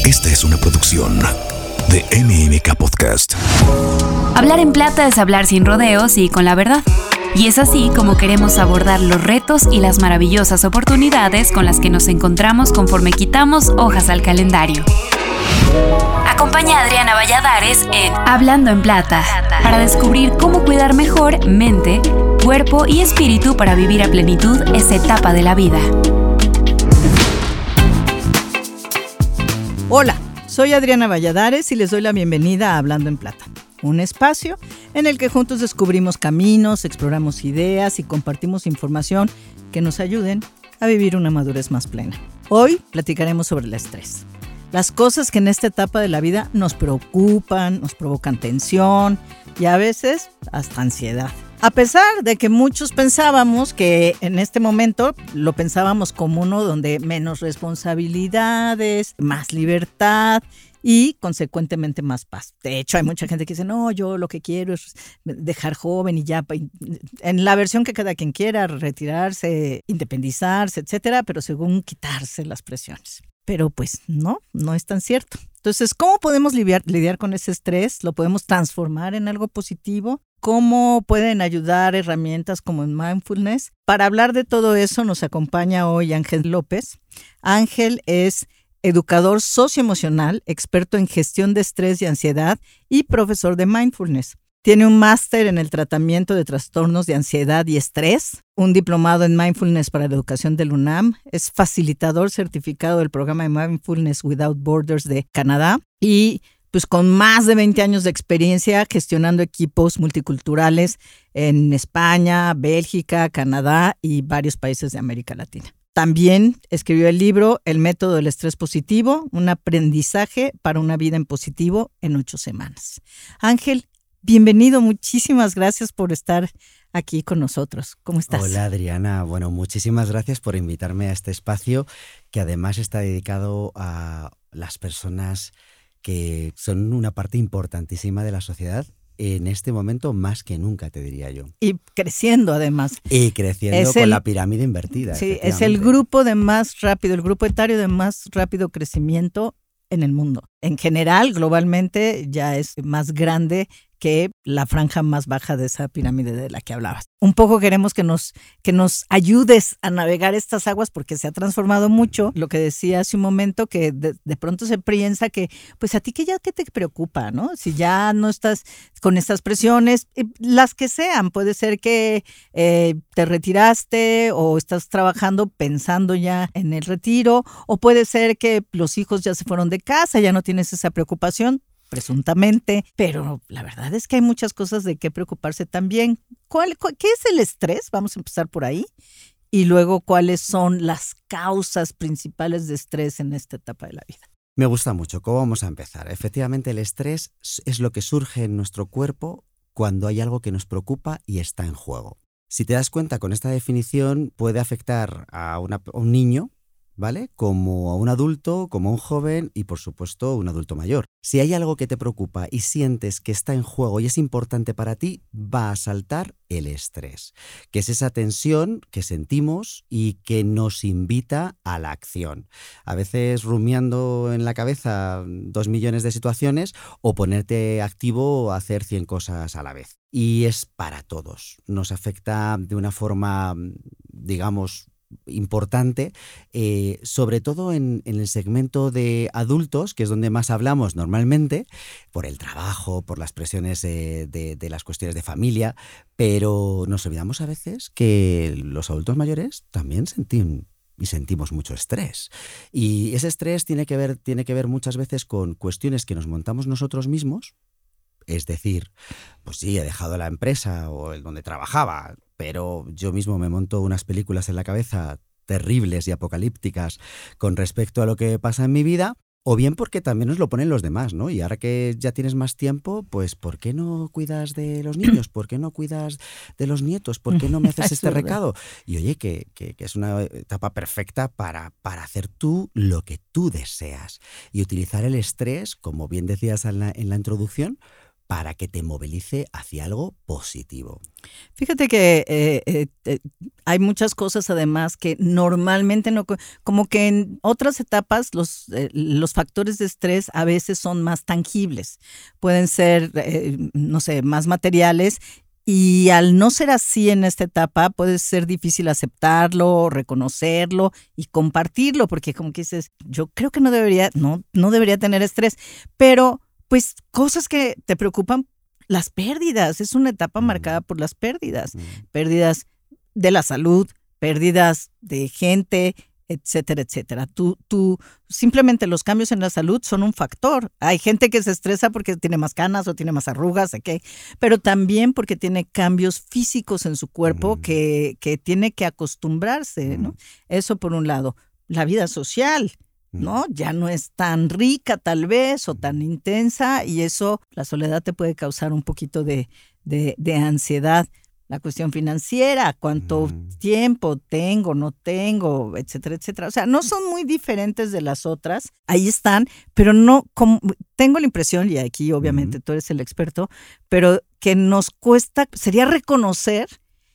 Esta es una producción de MMK Podcast. Hablar en plata es hablar sin rodeos y con la verdad. Y es así como queremos abordar los retos y las maravillosas oportunidades con las que nos encontramos conforme quitamos hojas al calendario. Acompaña a Adriana Valladares en Hablando en Plata para descubrir cómo cuidar mejor mente, cuerpo y espíritu para vivir a plenitud esta etapa de la vida. Hola, soy Adriana Valladares y les doy la bienvenida a Hablando en Plata, un espacio en el que juntos descubrimos caminos, exploramos ideas y compartimos información que nos ayuden a vivir una madurez más plena. Hoy platicaremos sobre el estrés. Las cosas que en esta etapa de la vida nos preocupan, nos provocan tensión y a veces hasta ansiedad. A pesar de que muchos pensábamos que en este momento lo pensábamos como uno donde menos responsabilidades, más libertad y consecuentemente más paz. De hecho, hay mucha gente que dice, no, yo lo que quiero es dejar joven y ya, en la versión que cada quien quiera, retirarse, independizarse, etcétera, pero según quitarse las presiones. Pero pues no es tan cierto. Entonces, ¿cómo podemos lidiar con ese estrés? ¿Lo podemos transformar en algo positivo? ¿Cómo pueden ayudar herramientas como el mindfulness? Para hablar de todo eso nos acompaña hoy Ángel López. Ángel es educador socioemocional, experto en gestión de estrés y ansiedad y profesor de mindfulness. Tiene un máster en el tratamiento de trastornos de ansiedad y estrés, un diplomado en mindfulness para la educación del UNAM, es facilitador certificado del programa de Mindfulness Without Borders de Canadá y pues con más de 20 años de experiencia gestionando equipos multiculturales en España, Bélgica, Canadá y varios países de América Latina. También escribió el libro El método del estrés positivo, un aprendizaje para una vida en positivo en 8 semanas. Ángel, bienvenido, muchísimas gracias por estar aquí con nosotros. ¿Cómo estás? Hola Adriana, bueno, muchísimas gracias por invitarme a este espacio que además está dedicado a las personas que son una parte importantísima de la sociedad en este momento más que nunca, te diría yo. Y creciendo además. Y creciendo con la pirámide invertida. Sí, es el grupo el grupo etario de más rápido crecimiento en el mundo. En general, globalmente, ya es más grande que la franja más baja de esa pirámide de la que hablabas. Un poco queremos que nos ayudes a navegar estas aguas porque se ha transformado mucho. Lo que decía hace un momento, que de pronto se piensa que, pues a ti ¿qué te preocupa, ¿no? Si ya no estás con estas presiones, las que sean, puede ser que te retiraste o estás trabajando pensando ya en el retiro, o puede ser que los hijos ya se fueron de casa, ya no tienes esa preocupación, presuntamente, pero la verdad es que hay muchas cosas de qué preocuparse también. ¿Qué es el estrés? Vamos a empezar por ahí. Y luego, ¿cuáles son las causas principales de estrés en esta etapa de la vida? Me gusta mucho. ¿Cómo vamos a empezar? Efectivamente, el estrés es lo que surge en nuestro cuerpo cuando hay algo que nos preocupa y está en juego. Si te das cuenta, con esta definición puede afectar a un niño, ¿vale? Como a un adulto, como a un joven y, por supuesto, un adulto mayor. Si hay algo que te preocupa y sientes que está en juego y es importante para ti, va a saltar el estrés, que es esa tensión que sentimos y que nos invita a la acción. A veces rumiando en la cabeza 2 millones de situaciones o ponerte activo a hacer 100 cosas a la vez. Y es para todos. Nos afecta de una forma, digamos, importante, sobre todo en el segmento de adultos, que es donde más hablamos normalmente, por el trabajo, por las presiones de las cuestiones de familia, pero nos olvidamos a veces que los adultos mayores también sentimos mucho estrés. Y ese estrés tiene que ver muchas veces con cuestiones que nos montamos nosotros mismos. Es decir, pues sí, he dejado la empresa o el donde trabajaba, pero yo mismo me monto unas películas en la cabeza terribles y apocalípticas con respecto a lo que pasa en mi vida, o bien porque también nos lo ponen los demás, ¿no? Y ahora que ya tienes más tiempo, pues ¿por qué no cuidas de los niños? ¿Por qué no cuidas de los nietos? ¿Por qué no me haces este recado? Y oye, que es una etapa perfecta para hacer tú lo que tú deseas y utilizar el estrés, como bien decías en la introducción, para que te movilice hacia algo positivo. Fíjate que hay muchas cosas además que normalmente no, como que en otras etapas los factores de estrés a veces son más tangibles, pueden ser, no sé, más materiales. Y al no ser así en esta etapa, puede ser difícil aceptarlo, reconocerlo y compartirlo, porque como que dices, yo creo que no debería tener estrés, pero pues cosas que te preocupan, las pérdidas, es una etapa marcada por las pérdidas de la salud, pérdidas de gente, etcétera, etcétera. Tú simplemente los cambios en la salud son un factor. Hay gente que se estresa porque tiene más canas o tiene más arrugas, ¿okay? Pero también porque tiene cambios físicos en su cuerpo que tiene que acostumbrarse, ¿no? Eso por un lado. La vida social, ¿no? Ya no es tan rica tal vez o tan intensa, y eso, la soledad te puede causar un poquito de ansiedad. La cuestión financiera, cuánto tiempo tengo, no tengo, etcétera, etcétera. O sea, no son muy diferentes de las otras. Ahí están, pero no, tengo la impresión, y aquí obviamente tú eres el experto, pero que nos cuesta, sería reconocer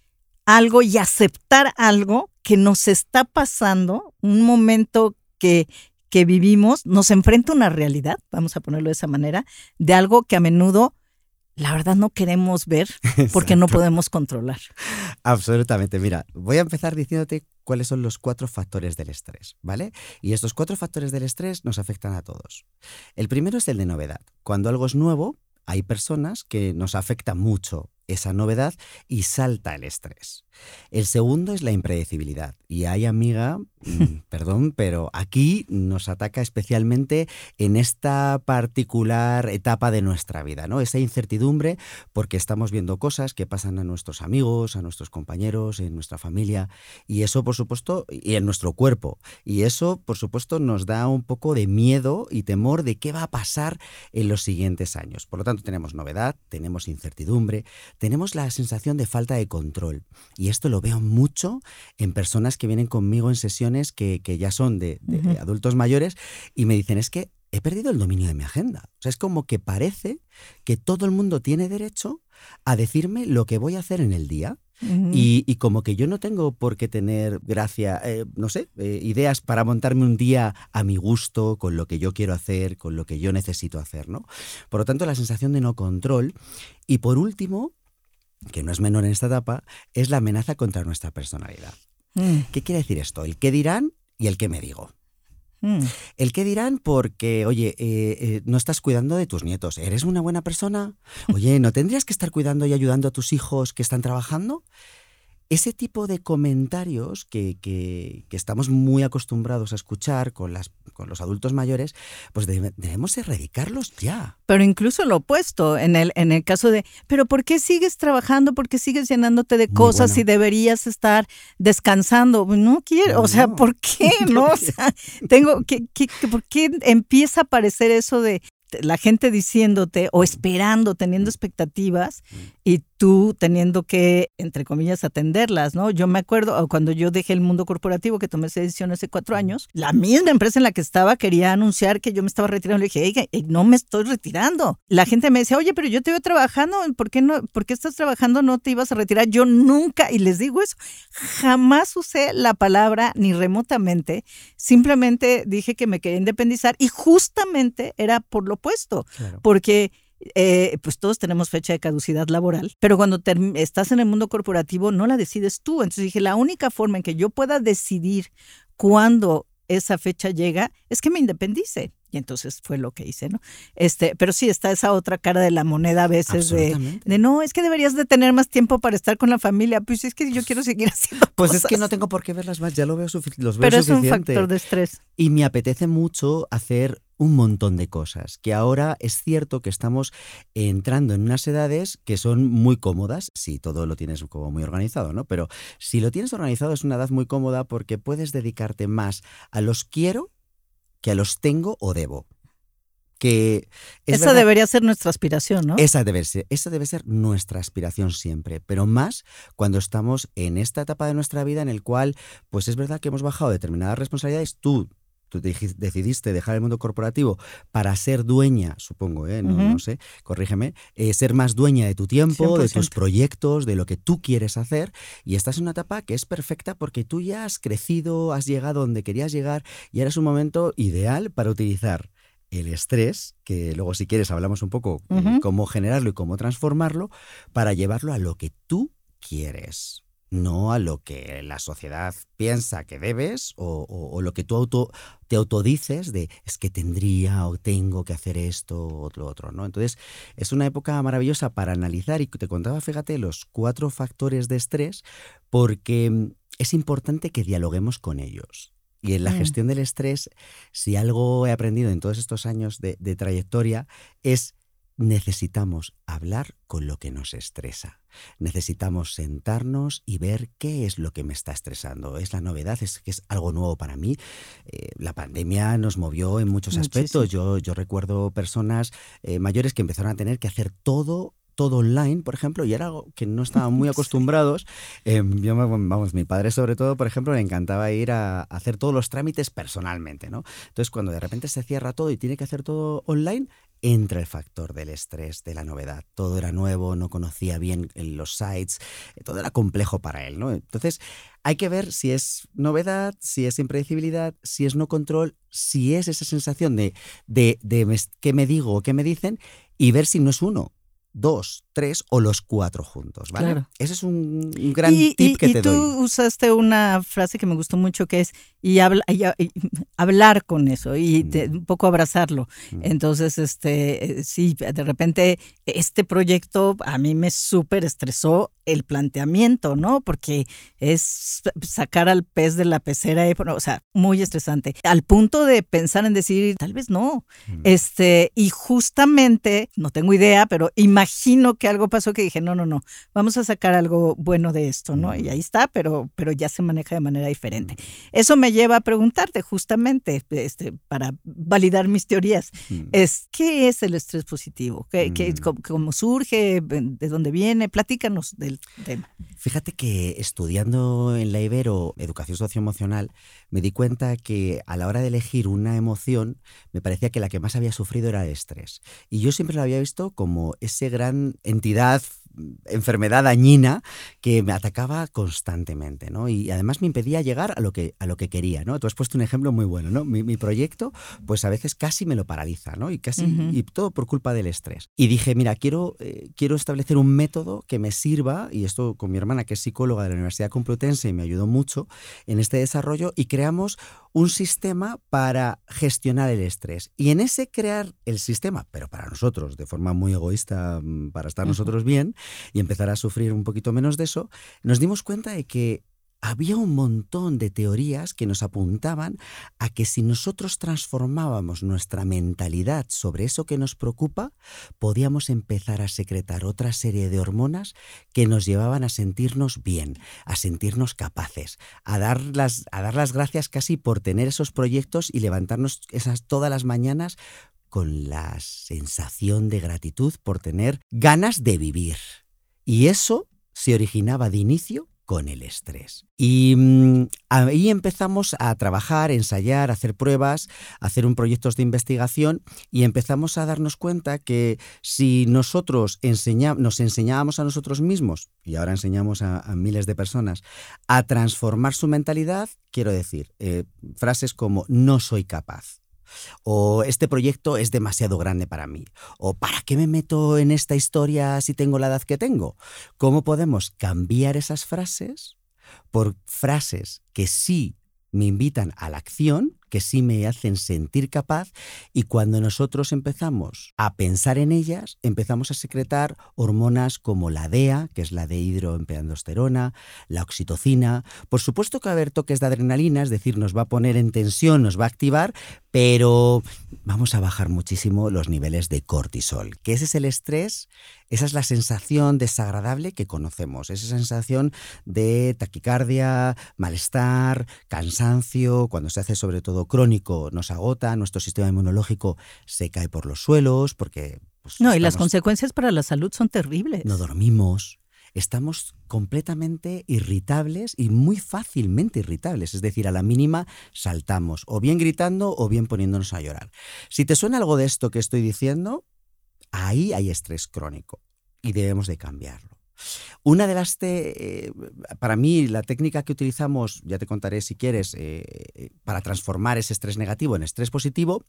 algo y aceptar algo que nos está pasando, un momento que vivimos, nos enfrenta a una realidad, vamos a ponerlo de esa manera, de algo que a menudo la verdad no queremos ver porque no podemos controlar. Absolutamente. Mira, voy a empezar diciéndote cuáles son los 4 factores del estrés, ¿vale? Y estos 4 factores del estrés nos afectan a todos. El primero es el de novedad. Cuando algo es nuevo, hay personas que nos afecta mucho esa novedad y salta el estrés. El segundo es la impredecibilidad. Y hay, amiga, perdón, pero aquí nos ataca especialmente en esta particular etapa de nuestra vida, ¿no? Esa incertidumbre porque estamos viendo cosas que pasan a nuestros amigos, a nuestros compañeros, en nuestra familia, y eso, por supuesto, y en nuestro cuerpo. Y eso, por supuesto, nos da un poco de miedo y temor de qué va a pasar en los siguientes años. Por lo tanto, tenemos novedad, tenemos incertidumbre, tenemos la sensación de falta de control. Y esto lo veo mucho en personas que vienen conmigo en sesiones que ya son de adultos mayores y me dicen, es que he perdido el dominio de mi agenda. O sea, es como que parece que todo el mundo tiene derecho a decirme lo que voy a hacer en el día. Y como que yo no tengo por qué tener ideas para montarme un día a mi gusto, con lo que yo quiero hacer, con lo que yo necesito hacer, ¿no? Por lo tanto, la sensación de no control. Y por último, que no es menor en esta etapa, es la amenaza contra nuestra personalidad. ¿Qué quiere decir esto? El qué dirán y el qué me digo. El qué dirán porque, oye, no estás cuidando de tus nietos. ¿Eres una buena persona? Oye, ¿no tendrías que estar cuidando y ayudando a tus hijos que están trabajando? Ese tipo de comentarios que estamos muy acostumbrados a escuchar con los adultos mayores, pues debemos erradicarlos ya. Pero incluso lo opuesto, en el caso de, ¿pero por qué sigues trabajando? ¿Por qué sigues llenándote de cosas si deberías estar descansando? No quiero, no, o sea, ¿por qué? No, o sea, ¿por qué empieza a aparecer eso de la gente diciéndote o esperando, teniendo expectativas y tú teniendo que, entre comillas, atenderlas, ¿no? Yo me acuerdo cuando yo dejé el mundo corporativo, que tomé esa decisión hace 4 años, la misma empresa en la que estaba quería anunciar que yo me estaba retirando. Le dije, oiga, no me estoy retirando. La gente me decía, oye, pero yo te veo trabajando, ¿por qué estás trabajando? No te ibas a retirar. Yo nunca, y les digo eso, jamás usé la palabra ni remotamente, simplemente dije que me quería independizar y justamente era por lo opuesto, claro. Porque pues todos tenemos fecha de caducidad laboral, pero cuando estás en el mundo corporativo no la decides tú. Entonces dije, la única forma en que yo pueda decidir cuándo esa fecha llega es que me independice. Y entonces fue lo que hice, ¿no? Pero sí está esa otra cara de la moneda a veces de no, es que deberías de tener más tiempo para estar con la familia. Pues es que yo quiero seguir haciendo pues cosas. Es que no tengo por qué verlas más, ya lo veo los veo pero es suficiente. Un factor de estrés. Y me apetece mucho hacer un montón de cosas, que ahora es cierto que estamos entrando en unas edades que son muy cómodas, si todo lo tienes como muy organizado, ¿no? Pero si lo tienes organizado es una edad muy cómoda porque puedes dedicarte más a los quiero que a los tengo o debo. Que esa debería ser nuestra aspiración, ¿no? Esa debe ser nuestra aspiración siempre, pero más cuando estamos en esta etapa de nuestra vida en el cual, pues es verdad que hemos bajado determinadas responsabilidades. Tú tú decidiste dejar el mundo corporativo para ser dueña, supongo, no sé, corrígeme, ser más dueña de tu tiempo, 100%. de tus proyectos, de lo que tú quieres hacer, y estás en una etapa que es perfecta porque tú ya has crecido, has llegado donde querías llegar y ahora es un momento ideal para utilizar el estrés, que luego si quieres hablamos un poco cómo generarlo y cómo transformarlo, para llevarlo a lo que tú quieres, no a lo que la sociedad piensa que debes o lo que tú te autodices de es que tendría o tengo que hacer esto o lo otro, ¿no? Entonces es una época maravillosa para analizar y te contaba, fíjate, los 4 factores de estrés porque es importante que dialoguemos con ellos. Y en la gestión del estrés, si algo he aprendido en todos estos años de trayectoria, es necesitamos hablar con lo que nos estresa. Necesitamos sentarnos y ver qué es lo que me está estresando. Es la novedad, es que es algo nuevo para mí. La pandemia nos movió en muchos aspectos. Yo recuerdo personas mayores que empezaron a tener que hacer todo online, por ejemplo, y era algo que no estaban muy acostumbrados. Mi padre sobre todo, por ejemplo, le encantaba ir a hacer todos los trámites personalmente, ¿no? Entonces, cuando de repente se cierra todo y tiene que hacer todo online, entra el factor del estrés, de la novedad. Todo era nuevo, no conocía bien los sites, todo era complejo para él, ¿no? Entonces, hay que ver si es novedad, si es impredecibilidad, si es no control, si es esa sensación de qué me digo o qué me dicen, y ver si no es 1, 2, 3 o los 4 juntos, ¿vale? Claro. Ese es un gran tip que te doy. Y tú usaste una frase que me gustó mucho que es hablar con eso y un poco abrazarlo. Entonces, sí, de repente este proyecto a mí me súper estresó el planteamiento, ¿no? Porque es sacar al pez de la pecera, o sea, muy estresante. Al punto de pensar en decir, tal vez no. Y justamente, no tengo idea, pero imagino que algo pasó que dije, no, vamos a sacar algo bueno de esto, ¿no? Y ahí está, pero ya se maneja de manera diferente. Eso me lleva a preguntarte justamente, para validar mis teorías, ¿qué es el estrés positivo? ¿Cómo surge? ¿De dónde viene? Platícanos del tema. Fíjate que estudiando en la Ibero Educación Socioemocional me di cuenta que a la hora de elegir una emoción me parecía que la que más había sufrido era el estrés. Y yo siempre lo había visto como esa gran entidad, enfermedad dañina que me atacaba constantemente, ¿no? Y además me impedía llegar a lo que quería, ¿no? Tú has puesto un ejemplo muy bueno, ¿no? Mi proyecto, pues a veces casi me lo paraliza, ¿no? Y todo por culpa del estrés. Y dije, mira, quiero establecer un método que me sirva, y esto con mi hermana, que es psicóloga de la Universidad Complutense y me ayudó mucho en este desarrollo, y creamos un sistema para gestionar el estrés. Y en ese crear el sistema, pero para nosotros, de forma muy egoísta, para estar nosotros bien y empezar a sufrir un poquito menos de eso, nos dimos cuenta de que había un montón de teorías que nos apuntaban a que si nosotros transformábamos nuestra mentalidad sobre eso que nos preocupa, podíamos empezar a secretar otra serie de hormonas que nos llevaban a sentirnos bien, a sentirnos capaces, a dar las gracias casi por tener esos proyectos y levantarnos todas las mañanas con la sensación de gratitud por tener ganas de vivir. Y eso se originaba de inicio con el estrés. Y ahí empezamos a trabajar, ensayar, hacer pruebas, hacer proyectos de investigación y empezamos a darnos cuenta que si nosotros nos enseñábamos a nosotros mismos, y ahora enseñamos a miles de personas, a transformar su mentalidad, quiero decir, frases como no soy capaz, o este proyecto es demasiado grande para mí, o ¿para qué me meto en esta historia si tengo la edad que tengo? ¿Cómo podemos cambiar esas frases por frases que sí me invitan a la acción, que sí me hacen sentir capaz, y cuando nosotros empezamos a pensar en ellas, empezamos a secretar hormonas como la DEA, que es la dehidroepiandrosterona, la oxitocina. Por supuesto que va a haber toques de adrenalina, es decir, nos va a poner en tensión, nos va a activar, pero vamos a bajar muchísimo los niveles de cortisol, que ese es el estrés, esa es la sensación desagradable que conocemos, esa sensación de taquicardia, malestar, cansancio, cuando se hace sobre todo crónico nos agota, nuestro sistema inmunológico se cae por los suelos porque... y las consecuencias para la salud son terribles. No dormimos. estamos completamente irritables y muy fácilmente irritables. Es decir, a la mínima saltamos, o bien gritando o bien poniéndonos a llorar. Si te suena algo de esto que estoy diciendo, ahí hay estrés crónico y debemos de cambiarlo. Una de las, para mí, la técnica que utilizamos, ya te contaré si quieres, para transformar ese estrés negativo en estrés positivo,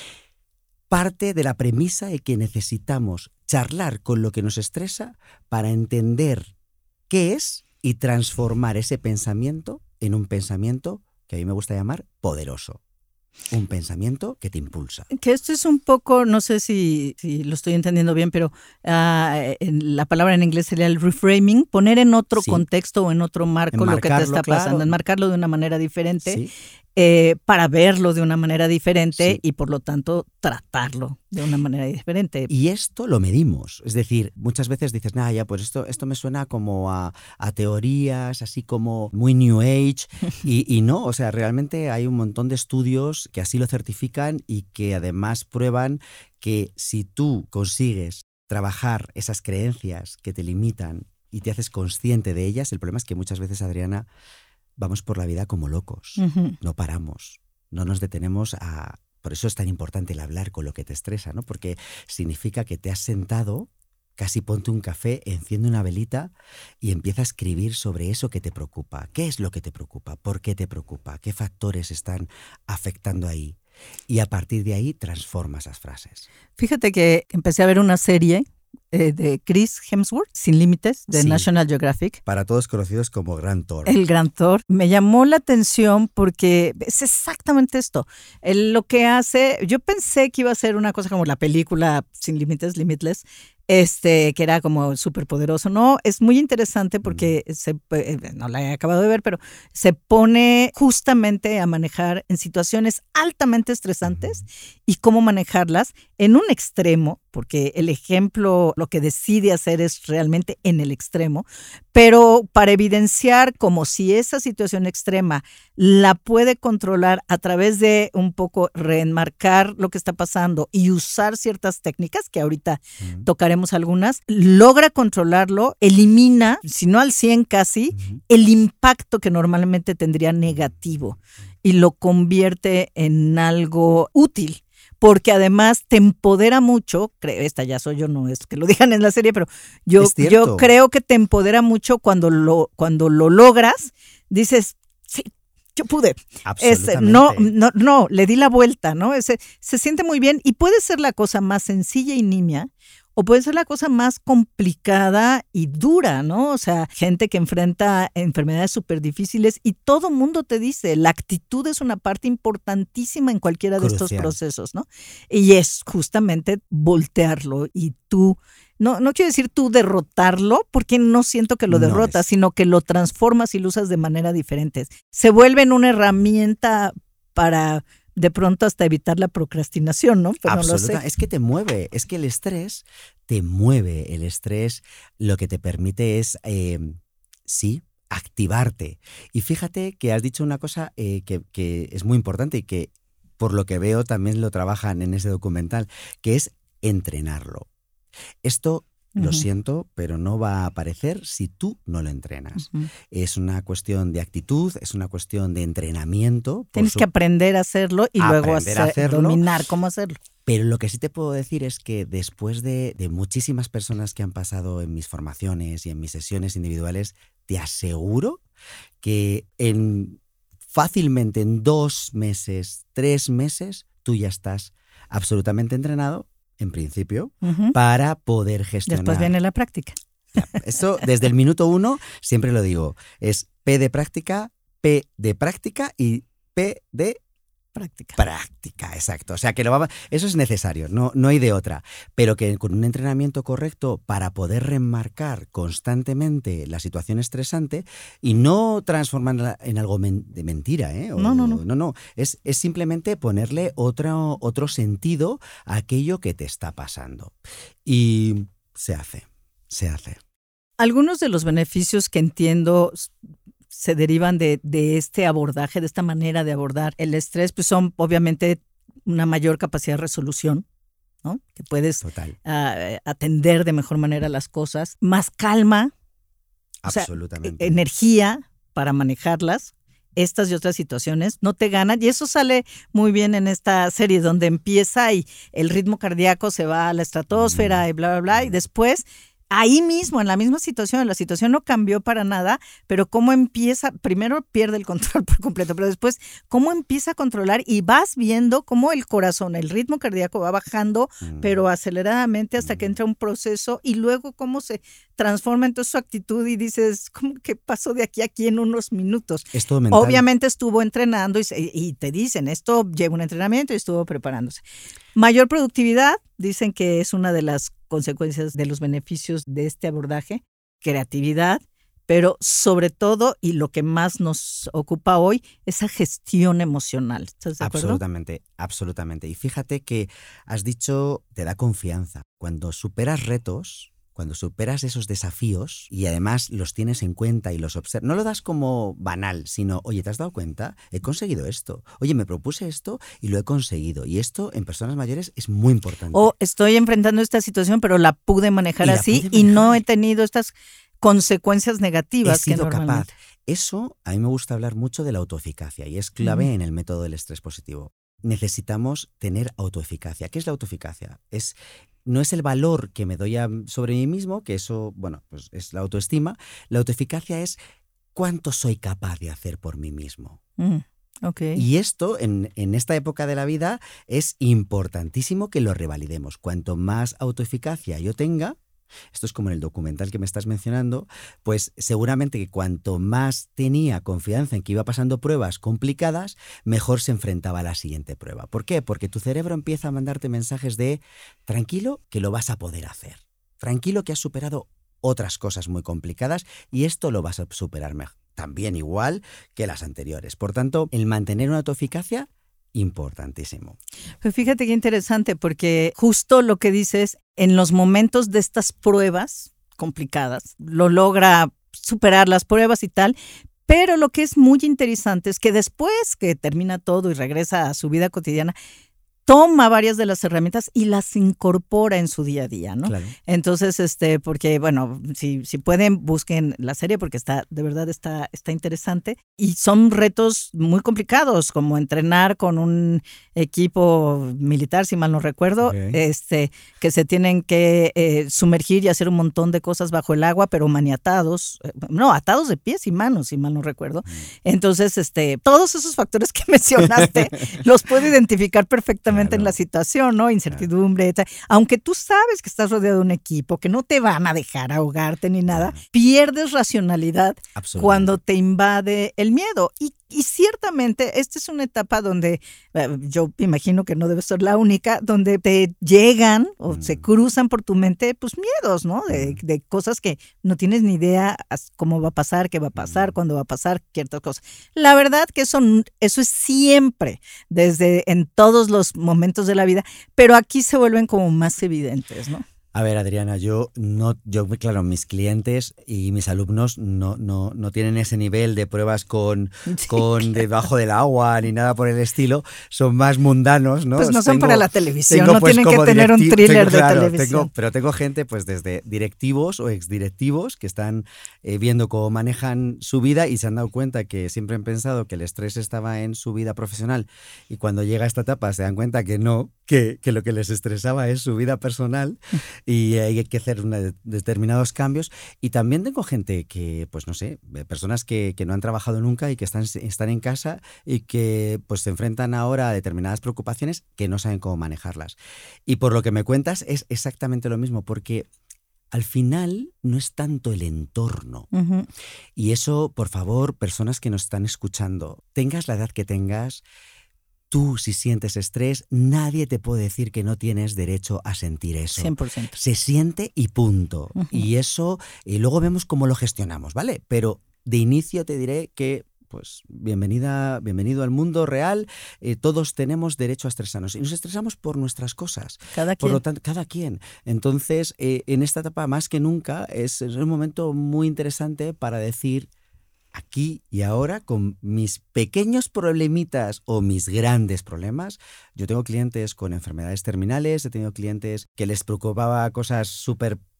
parte de la premisa de que necesitamos charlar con lo que nos estresa para entender qué es y transformar ese pensamiento en un pensamiento que a mí me gusta llamar poderoso. Un pensamiento que te impulsa. Que esto es un poco, no sé si lo estoy entendiendo bien, pero la palabra en inglés sería el reframing, poner en otro contexto o en otro marco lo que te está pasando, enmarcarlo de una manera diferente, para verlo de una manera diferente y por lo tanto tratarlo de una manera diferente. Y esto lo medimos, es decir, muchas veces dices, ya pues esto me suena como a teorías, así como muy New Age, y no, o sea, realmente hay un montón de estudios que así lo certifican y que además prueban que si tú consigues trabajar esas creencias que te limitan y te haces consciente de ellas, el problema es que muchas veces, Adriana, vamos por la vida como locos, no paramos, no nos detenemos a... Por eso es tan importante el hablar con lo que te estresa, ¿no? Porque significa que te has sentado, casi ponte un café, enciende una velita y empieza a escribir sobre eso que te preocupa. ¿Qué es lo que te preocupa? ¿Por qué te preocupa? ¿Qué factores están afectando ahí? Y a partir de ahí transforma esas frases. Fíjate que empecé a ver una serie de Chris Hemsworth, Sin Límites, de National Geographic. Para todos conocidos como Gran Thor. El Gran Thor. Me llamó la atención porque es exactamente esto. Él lo que hace, yo pensé que iba a ser una cosa como la película Sin Límites, Limitless, que era como súper poderoso. No, es muy interesante porque no la he acabado de ver, pero se pone justamente a manejar en situaciones altamente estresantes y cómo manejarlas en un extremo, porque el ejemplo, lo que decide hacer es realmente en el extremo, pero para evidenciar como si esa situación extrema la puede controlar a través de un poco reenmarcar lo que está pasando y usar ciertas técnicas que ahorita tocaremos algunas, logra controlarlo, elimina, si no al 100 casi, el impacto que normalmente tendría negativo y lo convierte en algo útil. Porque además te empodera mucho, esta ya soy yo, no es que lo digan en la serie, pero yo creo que te empodera mucho cuando lo logras, dices, sí, yo pude. No, le di la vuelta, ¿no? Se siente muy bien y puede ser la cosa más sencilla y nimia, o puede ser la cosa más complicada y dura, ¿no? O sea, gente que enfrenta enfermedades súper difíciles y todo mundo te dice, la actitud es una parte importantísima en cualquiera de estos procesos, ¿no? Y es justamente voltearlo y tú, no quiero decir tú derrotarlo, porque no siento que lo derrotas, sino que lo transformas y lo usas de manera diferente. Se vuelve en una herramienta para... de pronto hasta evitar la procrastinación, ¿no? Pero absoluta, no lo sé. Es que te mueve, es que el estrés te mueve, el estrés lo que te permite es, activarte. Y fíjate que has dicho una cosa que es muy importante y que por lo que veo también lo trabajan en ese documental, que es entrenarlo. Esto... Lo siento, pero no va a aparecer si tú no lo entrenas. Es una cuestión de actitud, es una cuestión de entrenamiento. Tienes que aprender a hacerlo y luego dominar cómo hacerlo. Pero lo que sí te puedo decir es que después de muchísimas personas que han pasado en mis formaciones y en mis sesiones individuales, te aseguro que fácilmente en 2 meses, 3 meses, tú ya estás absolutamente entrenado, en principio, para poder gestionar. Después viene la práctica. Eso, desde el minuto 1, siempre lo digo, es P de práctica y P de práctica, exacto. O sea, que eso es necesario, no hay de otra. Pero que con un entrenamiento correcto para poder remarcar constantemente la situación estresante y no transformarla en algo de mentira, ¿eh? No. Es simplemente ponerle otro sentido a aquello que te está pasando. Y se hace. Algunos de los beneficios que entiendo se derivan de este abordaje, de esta manera de abordar el estrés, pues son obviamente una mayor capacidad de resolución, ¿no? Que puedes atender de mejor manera las cosas, más calma, O sea, Absolutamente. energía para manejarlas, estas y otras situaciones, no te ganan. Y eso sale muy bien en esta serie, donde empieza y el ritmo cardíaco se va a la estratosfera y bla, bla, bla. Y después, ahí mismo, en la misma situación, la situación no cambió para nada, pero cómo empieza, primero pierde el control por completo, pero después cómo empieza a controlar y vas viendo cómo el corazón, el ritmo cardíaco va bajando, pero aceleradamente hasta que entra un proceso y luego cómo se transforma entonces su actitud y dices, ¿cómo que pasó de aquí a aquí en unos minutos? Es todo mental. Obviamente estuvo entrenando y te dicen, esto lleva un entrenamiento y estuvo preparándose. Mayor productividad, dicen que es una de las consecuencias de los beneficios de este abordaje, creatividad, pero sobre todo, y lo que más nos ocupa hoy, esa gestión emocional. ¿Estás de acuerdo? Absolutamente, absolutamente. Y fíjate que has dicho, te da confianza. Cuando superas retos, cuando superas esos desafíos y además los tienes en cuenta y los observas, no lo das como banal, sino, oye, ¿te has dado cuenta? He conseguido esto. Oye, me propuse esto y lo he conseguido. Y esto en personas mayores es muy importante. O estoy enfrentando esta situación, pero la pude manejar Y la así pude y no manejar. he tenido estas consecuencias negativas He sido que capaz. normalmente. Eso, a mí me gusta hablar mucho de la autoeficacia y es clave en el método del estrés positivo. Necesitamos tener autoeficacia. ¿Qué es la autoeficacia? No es el valor que me doy sobre mí mismo, que eso, bueno, pues es la autoestima. La autoeficacia es cuánto soy capaz de hacer por mí mismo. Okay. Y esto, en esta época de la vida, es importantísimo que lo revalidemos. Cuanto más autoeficacia yo tenga, esto es como en el documental que me estás mencionando, pues seguramente que cuanto más tenía confianza en que iba pasando pruebas complicadas, mejor se enfrentaba a la siguiente prueba. ¿Por qué? Porque tu cerebro empieza a mandarte mensajes de tranquilo que lo vas a poder hacer, tranquilo que has superado otras cosas muy complicadas y esto lo vas a superar también igual que las anteriores. Por tanto, el mantener una autoeficacia, importantísimo. Pues fíjate qué interesante, porque justo lo que dices, en los momentos de estas pruebas complicadas, lo logra superar las pruebas y tal, pero lo que es muy interesante es que después que termina todo y regresa a su vida cotidiana, toma varias de las herramientas y las incorpora en su día a día, ¿no? Claro. Entonces, porque, bueno, si pueden, busquen la serie porque de verdad está interesante. Y son retos muy complicados, como entrenar con un equipo militar, si mal no recuerdo, Okay. que se tienen que sumergir y hacer un montón de cosas bajo el agua, pero maniatados, atados de pies y manos, si mal no recuerdo. Entonces, todos esos factores que mencionaste los puedo identificar perfectamente en la situación, ¿no? Incertidumbre, etc. Aunque tú sabes que estás rodeado de un equipo, que no te van a dejar ahogarte ni nada, pierdes racionalidad cuando te invade el miedo. Y ciertamente esta es una etapa donde yo imagino que no debe ser la única, donde te llegan o se cruzan por tu mente pues miedos, ¿no? De cosas que no tienes ni idea cómo va a pasar, qué va a pasar, cuándo va a pasar, ciertas cosas. La verdad que eso es siempre, en todos los momentos de la vida, pero aquí se vuelven como más evidentes, ¿no? A ver, Adriana, claro, mis clientes y mis alumnos no tienen ese nivel de pruebas con debajo del agua ni nada por el estilo, son más mundanos, ¿no? Pues no son para la televisión, no tienen que tener un thriller de televisión. Pero tengo gente pues desde directivos o exdirectivos que están viendo cómo manejan su vida y se han dado cuenta que siempre han pensado que el estrés estaba en su vida profesional y cuando llega esta etapa se dan cuenta que no, que lo que les estresaba es su vida personal. Y hay que hacer determinados cambios. Y también tengo gente que, pues no sé, personas que no han trabajado nunca y que están en casa y que pues se enfrentan ahora a determinadas preocupaciones que no saben cómo manejarlas. Y por lo que me cuentas es exactamente lo mismo, porque al final no es tanto el entorno. Uh-huh. Y eso, por favor, personas que nos están escuchando, tengas la edad que tengas, tú, si sientes estrés, nadie te puede decir que no tienes derecho a sentir eso. 100%. Se siente y punto. Uh-huh. Y eso, luego vemos cómo lo gestionamos, ¿vale? Pero de inicio te diré que, pues, bienvenido al mundo real. Todos tenemos derecho a estresarnos. Y nos estresamos por nuestras cosas. Cada quien. Por lo tanto, cada quien. Entonces, en esta etapa, más que nunca, es un momento muy interesante para decir, aquí y ahora, con mis pequeños problemitas o mis grandes problemas. Yo tengo clientes con enfermedades terminales, he tenido clientes que les preocupaba cosas súper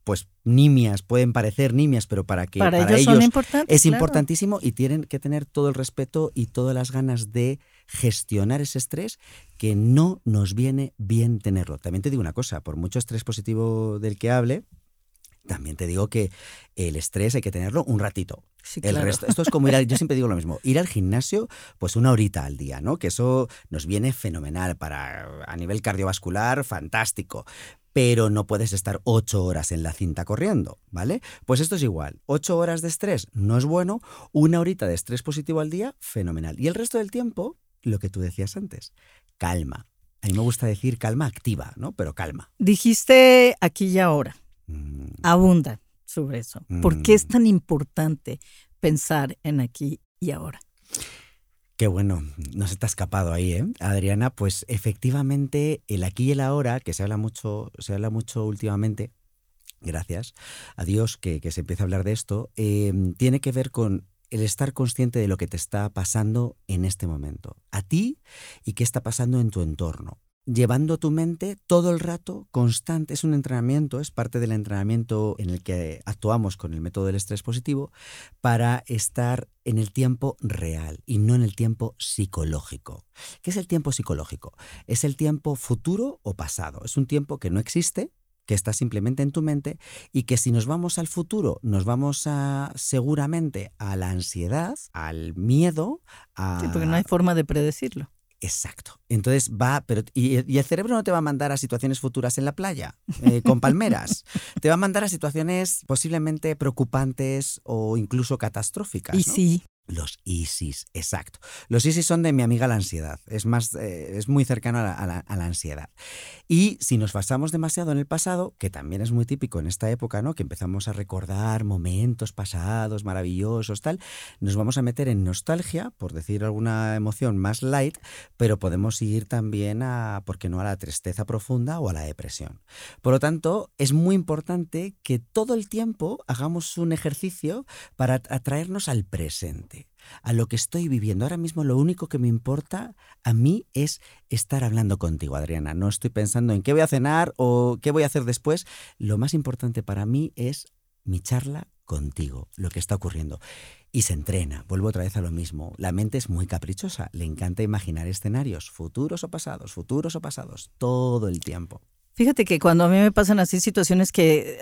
pues nimias, pueden parecer nimias, pero para ellos ellos son importantes, es claro. importantísimo, y tienen que tener todo el respeto y todas las ganas de gestionar ese estrés, que no nos viene bien tenerlo. También te digo una cosa, por mucho estrés positivo del que hable, también te digo que el estrés hay que tenerlo un ratito. Sí, El claro. resto, esto es como yo siempre digo lo mismo, ir al gimnasio pues 1 horita al día, ¿no? Que eso nos viene fenomenal a nivel cardiovascular, fantástico. Pero no puedes estar 8 horas en la cinta corriendo, ¿vale? Pues esto es igual, 8 horas de estrés no es bueno, 1 horita de estrés positivo al día, fenomenal. Y el resto del tiempo, lo que tú decías antes, calma. A mí me gusta decir calma activa, ¿no? Pero calma. Dijiste aquí y ahora. Mm. Abunda sobre eso. ¿Por qué es tan importante pensar en aquí y ahora? Qué bueno, no se te ha escapado ahí, ¿eh? Adriana, pues efectivamente el aquí y el ahora, que se habla mucho últimamente, gracias a Dios que se empieza a hablar de esto, tiene que ver con el estar consciente de lo que te está pasando en este momento, a ti, y qué está pasando en tu entorno. Llevando tu mente todo el rato constante, es un entrenamiento, es parte del entrenamiento en el que actuamos con el método del estrés positivo para estar en el tiempo real y no en el tiempo psicológico. ¿Qué es el tiempo psicológico? Es el tiempo futuro o pasado, es un tiempo que no existe, que está simplemente en tu mente, y que si nos vamos al futuro, nos vamos seguramente a la ansiedad, al miedo, Sí, porque no hay forma de predecirlo. Exacto. Entonces y el cerebro no te va a mandar a situaciones futuras en la playa, con palmeras. Te va a mandar a situaciones posiblemente preocupantes o incluso catastróficas, Y ¿no? sí. Los ISIS, exacto. Los ISIS son de mi amiga la ansiedad. Es muy cercano a la ansiedad. Y si nos basamos demasiado en el pasado, que también es muy típico en esta época, ¿no? Que empezamos a recordar momentos pasados maravillosos, tal, nos vamos a meter en nostalgia, por decir alguna emoción más light, pero podemos ir también ¿por qué no?, a la tristeza profunda o a la depresión. Por lo tanto, es muy importante que todo el tiempo hagamos un ejercicio para atraernos al presente, a lo que estoy viviendo. Ahora mismo lo único que me importa a mí es estar hablando contigo, Adriana. No estoy pensando en qué voy a cenar o qué voy a hacer después. Lo más importante para mí es mi charla contigo, lo que está ocurriendo. Y se entrena, vuelvo otra vez a lo mismo. La mente es muy caprichosa, le encanta imaginar escenarios, futuros o pasados, todo el tiempo. Fíjate que cuando a mí me pasan así situaciones que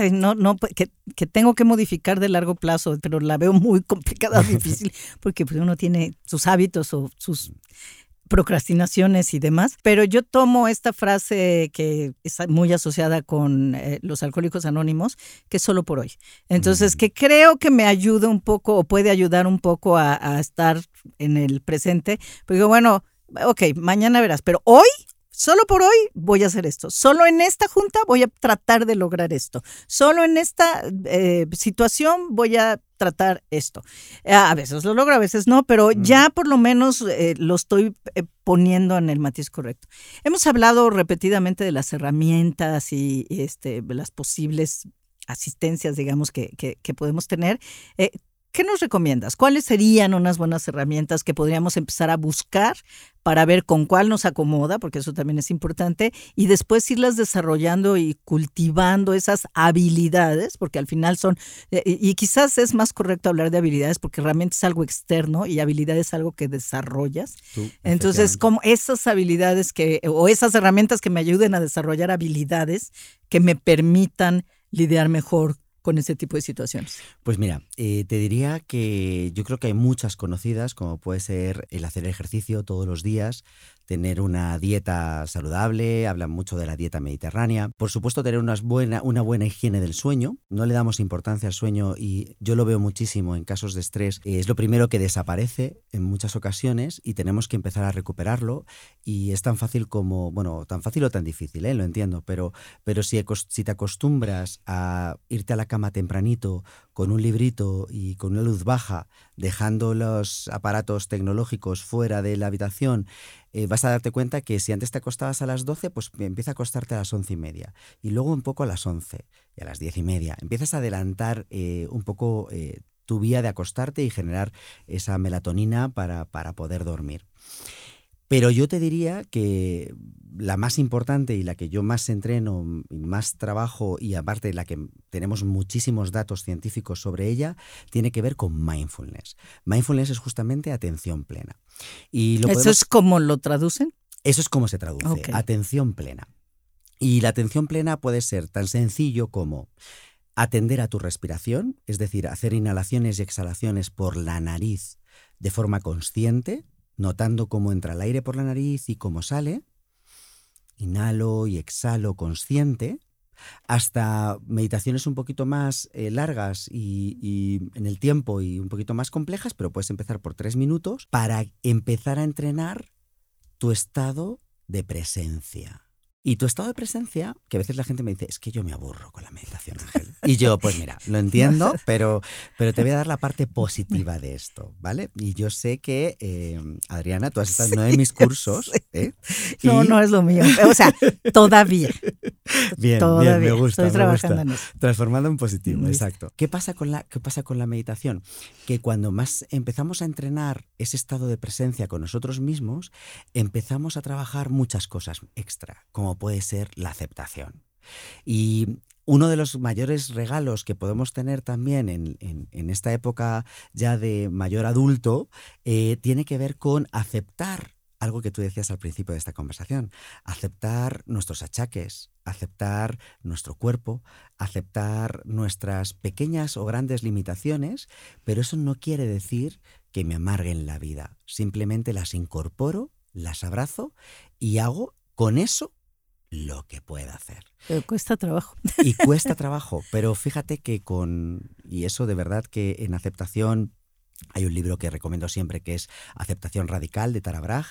que tengo que modificar de largo plazo, pero la veo muy complicada, difícil, porque pues uno tiene sus hábitos o sus procrastinaciones y demás, pero yo tomo esta frase que está muy asociada con los Alcohólicos Anónimos, que es solo por hoy. Entonces, que creo que me ayuda un poco o puede ayudar un poco a estar en el presente, porque bueno, ok, mañana verás, pero hoy, solo por hoy voy a hacer esto. Solo en esta junta voy a tratar de lograr esto. Solo en esta situación voy a tratar esto. A veces lo logro, a veces no, pero ya por lo menos lo estoy poniendo en el matiz correcto. Hemos hablado repetidamente de las herramientas y las posibles asistencias, digamos, que podemos tener. ¿Qué nos recomiendas? ¿Cuáles serían unas buenas herramientas que podríamos empezar a buscar para ver con cuál nos acomoda? Porque eso también es importante. Y después irlas desarrollando y cultivando esas habilidades, porque al final son, y quizás es más correcto hablar de habilidades porque realmente es algo externo y habilidad es algo que desarrollas. Entonces, como esas habilidades o esas herramientas que me ayuden a desarrollar habilidades que me permitan lidiar mejor con ese tipo de situaciones. Pues mira, te diría que yo creo que hay muchas conocidas, como puede ser el hacer ejercicio todos los días, tener una dieta saludable, hablan mucho de la dieta mediterránea, por supuesto tener una buena higiene del sueño. No le damos importancia al sueño y yo lo veo muchísimo en casos de estrés, es lo primero que desaparece en muchas ocasiones y tenemos que empezar a recuperarlo, y es tan fácil como, bueno, tan fácil o tan difícil, lo entiendo, pero si te acostumbras a irte a la cama tempranito con un librito y con una luz baja, dejando los aparatos tecnológicos fuera de la habitación, vas a darte cuenta que si antes te acostabas a las 12, pues empieza a acostarte a las 11:30 y luego un poco a las 11 y a las 10:30. Empiezas a adelantar un poco tu vía de acostarte y generar esa melatonina para poder dormir. Pero yo te diría que la más importante y la que yo más entreno y más trabajo, y aparte la que tenemos muchísimos datos científicos sobre ella, tiene que ver con mindfulness. Mindfulness es justamente atención plena. Y ¿Eso es como lo traducen? Eso es como se traduce, Okay. Atención plena. Y la atención plena puede ser tan sencillo como atender a tu respiración, es decir, hacer inhalaciones y exhalaciones por la nariz de forma consciente, notando cómo entra el aire por la nariz y cómo sale. Inhalo y exhalo consciente, hasta meditaciones un poquito más largas y en el tiempo y un poquito más complejas, pero puedes empezar por 3 minutos para empezar a entrenar tu estado de presencia. Y tu estado de presencia, que a veces la gente me dice, es que yo me aburro con la meditación, Ángel. Y yo, pues mira, lo entiendo, pero te voy a dar la parte positiva de esto, ¿vale? Y yo sé que, Adriana, tú has estado en uno de mis cursos. No es lo mío. O sea, todavía. Bien, me gusta. Estoy trabajando en eso. Transformando en positivo, exacto. ¿Qué pasa con la meditación? Que cuando más empezamos a entrenar ese estado de presencia con nosotros mismos, empezamos a trabajar muchas cosas extra, como puede ser la aceptación. Y uno de los mayores regalos que podemos tener también en esta época ya de mayor adulto tiene que ver con aceptar algo que tú decías al principio de esta conversación, aceptar nuestros achaques, aceptar nuestro cuerpo, aceptar nuestras pequeñas o grandes limitaciones, pero eso no quiere decir que me amarguen la vida, simplemente las incorporo, las abrazo y hago con eso lo que pueda hacer. Pero cuesta trabajo. Y cuesta trabajo, pero fíjate que y eso de verdad que en aceptación, hay un libro que recomiendo siempre que es Aceptación Radical de Tara Brach,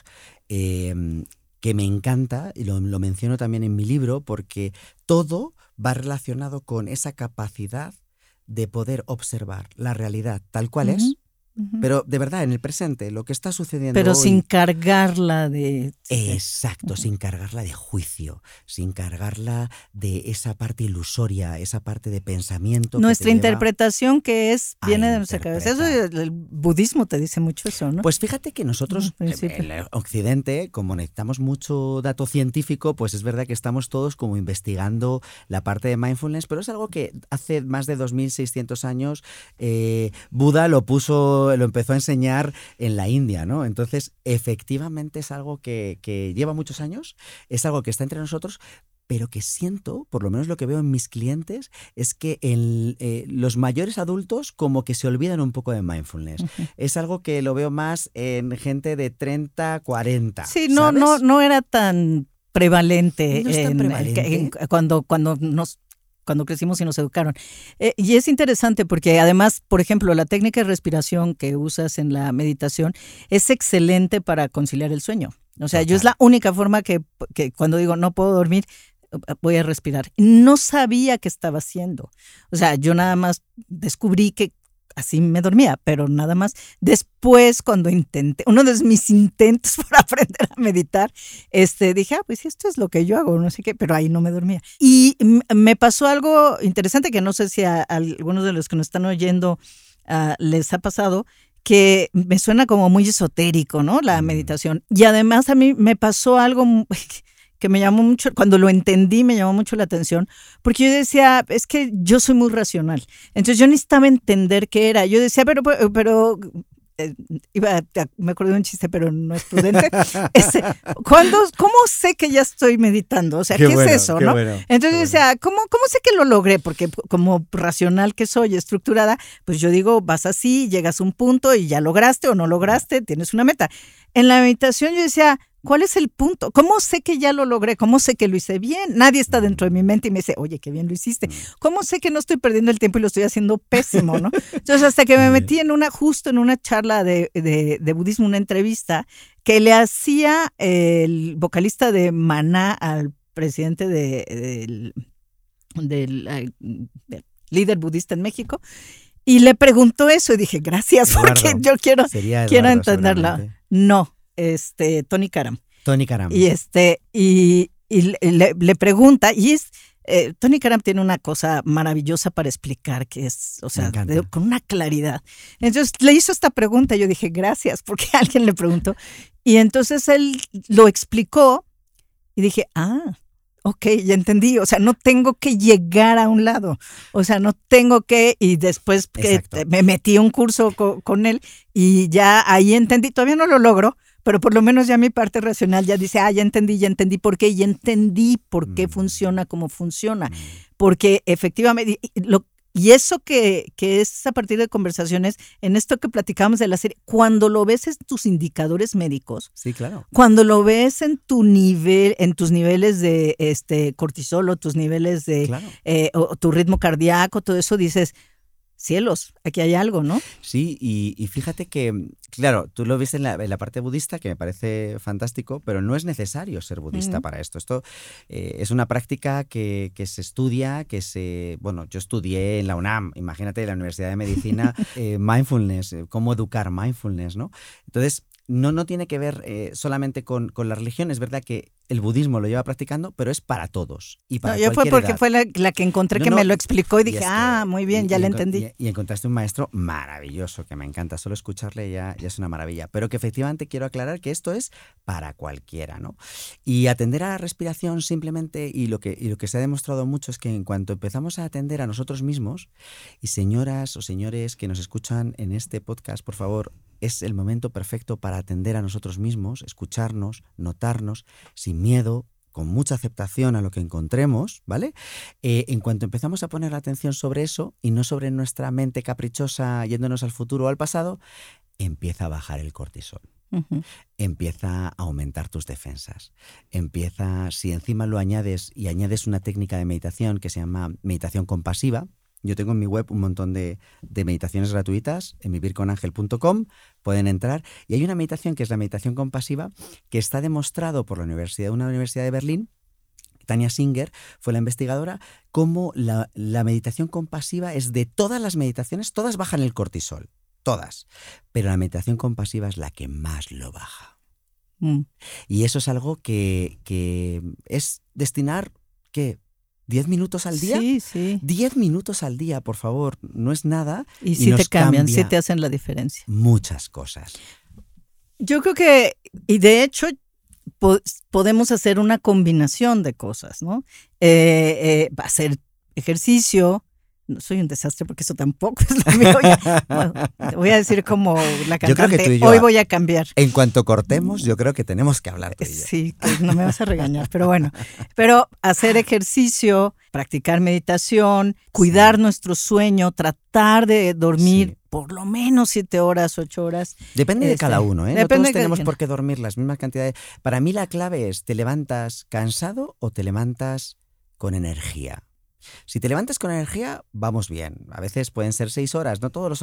que me encanta y lo menciono también en mi libro porque todo va relacionado con esa capacidad de poder observar la realidad tal cual es, pero de verdad en el presente, lo que está sucediendo pero hoy, sin cargarla de... Exacto, sin cargarla de juicio, sin cargarla de esa parte ilusoria, esa parte de pensamiento. Nuestra que interpretación que viene de nuestra cabeza. Eso interpretar. el budismo te dice mucho eso, ¿no? Pues fíjate que nosotros, en el Occidente, como necesitamos mucho dato científico, pues es verdad que estamos todos como investigando la parte de mindfulness, pero es algo que hace más de 2600 años Buda lo empezó a enseñar en la India, ¿no? Entonces, efectivamente es algo que lleva muchos años, es algo que está entre nosotros, pero que siento, por lo menos lo que veo en mis clientes, es que los mayores adultos como que se olvidan un poco de mindfulness. Es algo que lo veo más en gente de 30, 40. Sí, ¿sabes? no era tan prevalente, ¿No es tan prevalente? Cuando crecimos y nos educaron. Y es interesante porque además, por ejemplo, la técnica de respiración que usas en la meditación es excelente para conciliar el sueño. O sea, yo es la única forma que cuando digo no puedo dormir, voy a respirar. No sabía qué estaba haciendo. O sea, yo nada más descubrí que así me dormía, pero nada más. Después, cuando intenté, uno de mis intentos por aprender a meditar, dije, pues esto es lo que yo hago, no sé qué, pero ahí no me dormía. Y me pasó algo interesante que no sé si a algunos de los que nos están oyendo les ha pasado, que me suena como muy esotérico, ¿no? La meditación. Y además a mí me pasó algo que me llamó mucho, cuando lo entendí me llamó mucho la atención, porque yo decía, es que yo soy muy racional. Entonces yo necesitaba entender qué era. Yo decía, pero me acordé de un chiste, pero no es prudente. ¿Cómo sé que ya estoy meditando? O sea, ¿qué es eso, no? Bueno, entonces decía, ¿cómo sé que lo logré? Porque como racional que soy, estructurada, pues yo digo, vas así, llegas a un punto y ya lograste o no lograste, tienes una meta. En la meditación yo decía, ¿cuál es el punto? ¿Cómo sé que ya lo logré? ¿Cómo sé que lo hice bien? Nadie está dentro de mi mente y me dice, oye, qué bien lo hiciste. ¿Cómo sé que no estoy perdiendo el tiempo y lo estoy haciendo pésimo, no? Entonces, hasta que me metí justo en una charla de budismo, una entrevista que le hacía el vocalista de Maná al presidente del líder budista en México, y le preguntó eso y dije, gracias, Eduardo, porque yo quiero entenderla. No. Tony Karam. Tony Karam. Y le pregunta, y Tony Karam tiene una cosa maravillosa para explicar, que es, o sea, con una claridad. Entonces le hizo esta pregunta y yo dije, gracias, porque alguien le preguntó. Y entonces él lo explicó Y dije, ok, ya entendí. O sea, no tengo que llegar a un lado. O sea, no tengo que... Y después me metí a un curso con él y ya ahí entendí. Todavía no lo logro, pero por lo menos ya mi parte racional ya dice, ya entendí por qué. Y entendí por qué funciona como funciona. Porque efectivamente... Y eso que es a partir de conversaciones, en esto que platicábamos de la serie, cuando lo ves en tus indicadores médicos, sí, claro, cuando lo ves en tus niveles de cortisol o tus niveles de claro. O tu ritmo cardíaco, todo eso, dices, cielos, aquí hay algo, ¿no? Sí, y fíjate que, claro, tú lo viste en la parte budista, que me parece fantástico, pero no es necesario ser budista para esto. Esto es una práctica que se estudia, bueno, yo estudié en la UNAM, imagínate, en la Universidad de Medicina, mindfulness, cómo educar mindfulness, ¿no? Entonces, no tiene que ver solamente con la religión. Es verdad que el budismo lo lleva practicando, pero es para todos. Y para yo fue porque edad. fue la que encontré que me lo explicó y dije, muy bien, ya lo entendí. Y encontraste un maestro maravilloso, que me encanta. Solo escucharle ya es una maravilla. Pero que efectivamente quiero aclarar que esto es para cualquiera, ¿no? Y atender a la respiración simplemente, y lo que se ha demostrado mucho es que en cuanto empezamos a atender a nosotros mismos, y señoras o señores que nos escuchan en este podcast, por favor, es el momento perfecto para atender a nosotros mismos, escucharnos, notarnos, sin miedo, con mucha aceptación a lo que encontremos, ¿vale? En cuanto empezamos a poner la atención sobre eso y no sobre nuestra mente caprichosa yéndonos al futuro o al pasado, empieza a bajar el cortisol. Empieza a aumentar tus defensas. Si encima lo añades y añades una técnica de meditación que se llama meditación compasiva. Yo tengo en mi web un montón de meditaciones gratuitas, en vivirconangel.com, pueden entrar. Y hay una meditación que es la meditación compasiva, que está demostrado por una universidad de Berlín. Tania Singer fue la investigadora, cómo la meditación compasiva es de todas las meditaciones, todas bajan el cortisol, todas. Pero la meditación compasiva es la que más lo baja. Y eso es algo que es destinar, ¿qué? ¿10 minutos al día? Sí. 10 minutos al día, por favor, no es nada. Y sí te cambian, sí te hacen la diferencia. Muchas cosas. Yo creo que, y de hecho, podemos hacer una combinación de cosas, ¿no? Hacer ejercicio. No soy un desastre porque eso tampoco es lo mío. Bueno, te voy a decir como la cantante, yo creo que tú y yo, hoy voy a cambiar. En cuanto cortemos, yo creo que tenemos que hablar tú y yo. Sí, que no me vas a regañar, pero bueno. Pero hacer ejercicio, practicar meditación, cuidar nuestro sueño, tratar de dormir por lo menos 7 horas, 8 horas. Depende de cada uno, ¿eh? No todos tenemos por qué dormir las mismas cantidades. Para mí la clave es, ¿te levantas cansado o te levantas con energía? Si te levantas con energía, vamos bien. A veces pueden ser 6 horas. No todo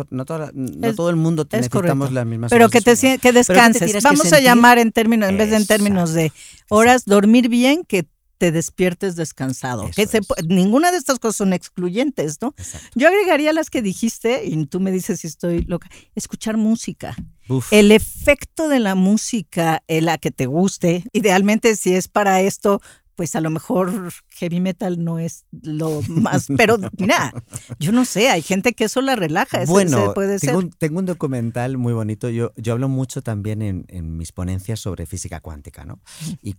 el mundo necesitamos las mismas pero horas. Que descanses. Vamos a llamar en términos, en vez de en términos de horas, dormir bien, que te despiertes descansado. Ninguna de estas cosas son excluyentes, ¿no? Exacto. Yo agregaría las que dijiste, y tú me dices si estoy loca, escuchar música. Uf. El efecto de la música, la que te guste, idealmente si es para esto, pues a lo mejor heavy metal no es lo más, pero mira, yo no sé, hay gente que eso la relaja. Bueno, puede ser. Tengo un documental muy bonito, yo hablo mucho también en mis ponencias sobre física cuántica, ¿no? Y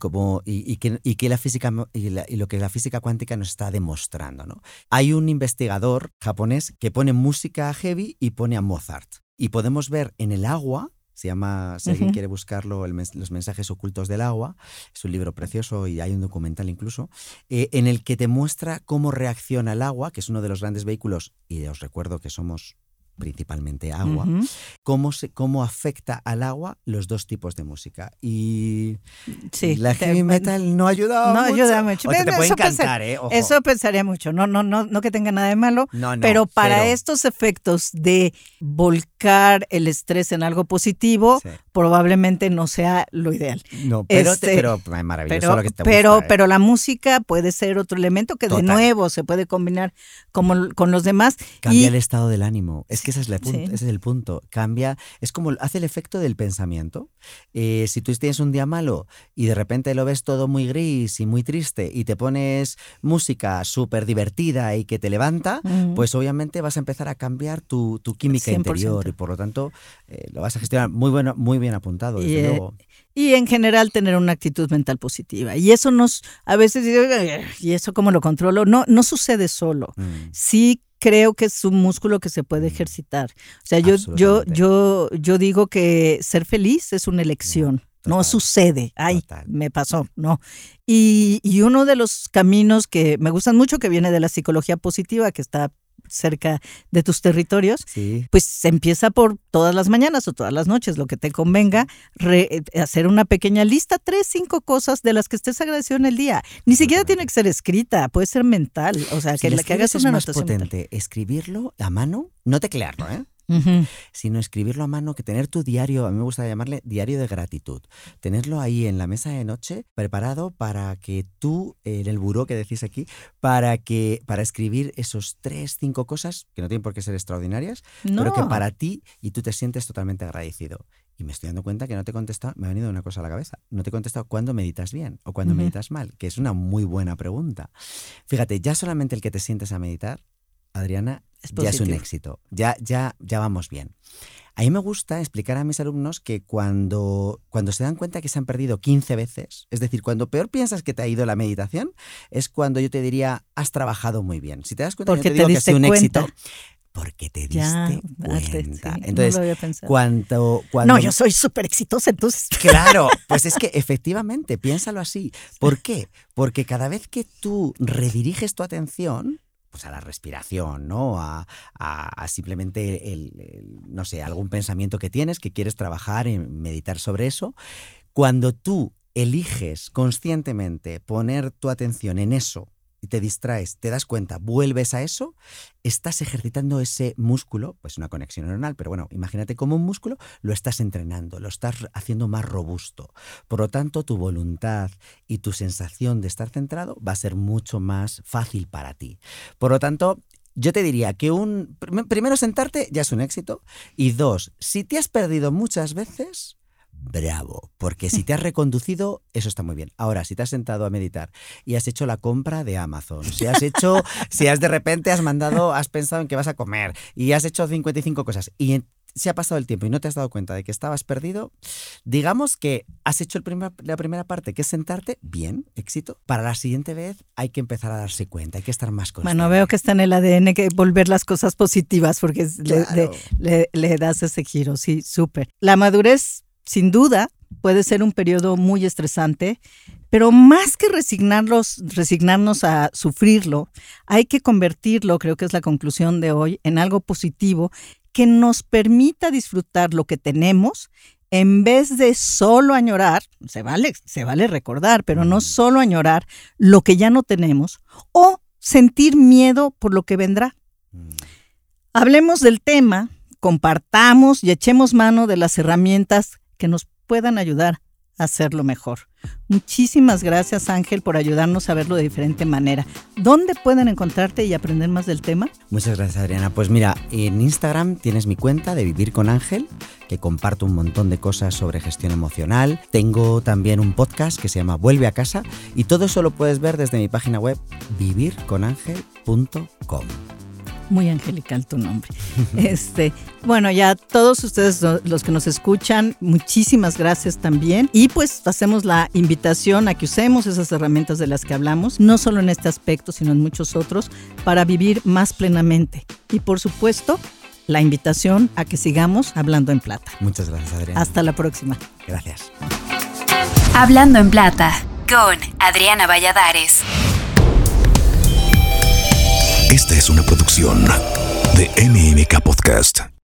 que la física y lo que la física cuántica nos está demostrando, ¿no? Hay un investigador japonés que pone música heavy y pone a Mozart. Y podemos ver en el agua. Se llama, si alguien quiere buscarlo, Los mensajes ocultos del agua. Es un libro precioso y hay un documental incluso, en el que te muestra cómo reacciona el agua, que es uno de los grandes vehículos, y os recuerdo que somos principalmente agua, cómo afecta al agua los dos tipos de música. Y la heavy metal no ayuda mucho. No ayuda mucho. O te puede encantar, Ojo. Eso pensaría mucho. No que tenga nada de malo, pero para estos efectos de volcar el estrés en algo positivo, probablemente no sea lo ideal. No, pero es maravilloso lo que te gusta. Pero la música puede ser otro elemento que de nuevo se puede combinar con los demás. Cambia el estado del ánimo. Es que que ese es el punto. Cambia, es como hace el efecto del pensamiento. Si tú tienes un día malo y de repente lo ves todo muy gris y muy triste y te pones música súper divertida y que te levanta, pues obviamente vas a empezar a cambiar tu química 100%. interior y por lo tanto lo vas a gestionar. Muy bien apuntado, desde luego. Y en general tener una actitud mental positiva. Y eso a veces digo, ¿y eso cómo lo controlo? No sucede solo. Sí creo que es un músculo que se puede ejercitar. O sea, yo digo que ser feliz es una elección. No sucede. Ay, me pasó. No. Y uno de los caminos que me gustan mucho, que viene de la psicología positiva, que está cerca de tus territorios, pues se empieza por todas las mañanas o todas las noches, lo que te convenga, hacer una pequeña lista, 3, 5 cosas de las que estés agradecido en el día. Ni siquiera tiene que ser escrita, puede ser mental. O sea, que hagas una anotación potente, mental. Escribirlo a mano, no teclearlo, sino escribirlo a mano, que tener tu diario, a mí me gusta llamarle diario de gratitud, tenerlo ahí en la mesa de noche preparado para que tú, en el buró que decís aquí, para escribir esos 3, 5 cosas que no tienen por qué ser extraordinarias, pero que para ti y tú te sientes totalmente agradecido. Y me estoy dando cuenta que no te he contestado, me ha venido una cosa a la cabeza, no te he contestado cuándo meditas bien o cuándo meditas mal, que es una muy buena pregunta. Fíjate, ya solamente el que te sientes a meditar, Adriana, ya es un éxito, ya vamos bien. A mí me gusta explicar a mis alumnos que cuando se dan cuenta que se han perdido 15 veces, es decir, cuando peor piensas que te ha ido la meditación, es cuando yo te diría, has trabajado muy bien. Si te das cuenta, porque yo te digo que ha sido un éxito, porque te diste cuenta. Sí, entonces, no lo había pensado. Cuando no, yo soy súper exitosa, entonces. Claro, pues es que efectivamente, piénsalo así. ¿Por qué? Porque cada vez que tú rediriges tu atención, pues a la respiración, ¿no? A simplemente no sé, algún pensamiento que tienes, que quieres trabajar y meditar sobre eso. Cuando tú eliges conscientemente poner tu atención en eso y te distraes, te das cuenta, vuelves a eso, estás ejercitando ese músculo, pues una conexión neuronal, pero bueno, imagínate como un músculo, lo estás entrenando, lo estás haciendo más robusto. Por lo tanto, tu voluntad y tu sensación de estar centrado va a ser mucho más fácil para ti. Por lo tanto, yo te diría que primero sentarte ya es un éxito, y 2, si te has perdido muchas veces, bravo, porque si te has reconducido, eso está muy bien. Ahora, si te has sentado a meditar y has hecho la compra de Amazon, si de repente has pensado en que vas a comer y has hecho 55 cosas y se ha pasado el tiempo y no te has dado cuenta de que estabas perdido, digamos que has hecho la primera parte, que es sentarte, bien, éxito. Para la siguiente vez hay que empezar a darse cuenta, hay que estar más consciente. Bueno, veo que está en el ADN que volver las cosas positivas, porque claro, le das ese giro, sí, súper. La madurez, sin duda, puede ser un periodo muy estresante, pero más que resignarnos a sufrirlo, hay que convertirlo, creo que es la conclusión de hoy, en algo positivo que nos permita disfrutar lo que tenemos, en vez de solo añorar, se vale recordar, pero no solo añorar lo que ya no tenemos o sentir miedo por lo que vendrá. Hablemos del tema, compartamos y echemos mano de las herramientas que nos puedan ayudar a hacerlo mejor. Muchísimas gracias, Ángel, por ayudarnos a verlo de diferente manera. ¿Dónde pueden encontrarte y aprender más del tema? Muchas gracias, Adriana. Pues mira, en Instagram tienes mi cuenta de Vivir con Ángel, que comparto un montón de cosas sobre gestión emocional. Tengo también un podcast que se llama Vuelve a casa, y todo eso lo puedes ver desde mi página web vivirconangel.com. Muy angelical tu nombre. Bueno, ya todos ustedes los que nos escuchan, muchísimas gracias también. Y pues hacemos la invitación a que usemos esas herramientas de las que hablamos, no solo en este aspecto, sino en muchos otros, para vivir más plenamente. Y por supuesto, la invitación a que sigamos hablando en plata. Muchas gracias, Adriana. Hasta la próxima. Gracias. Hablando en plata, con Adriana Valladares. Esta es una producción de MMK Podcast.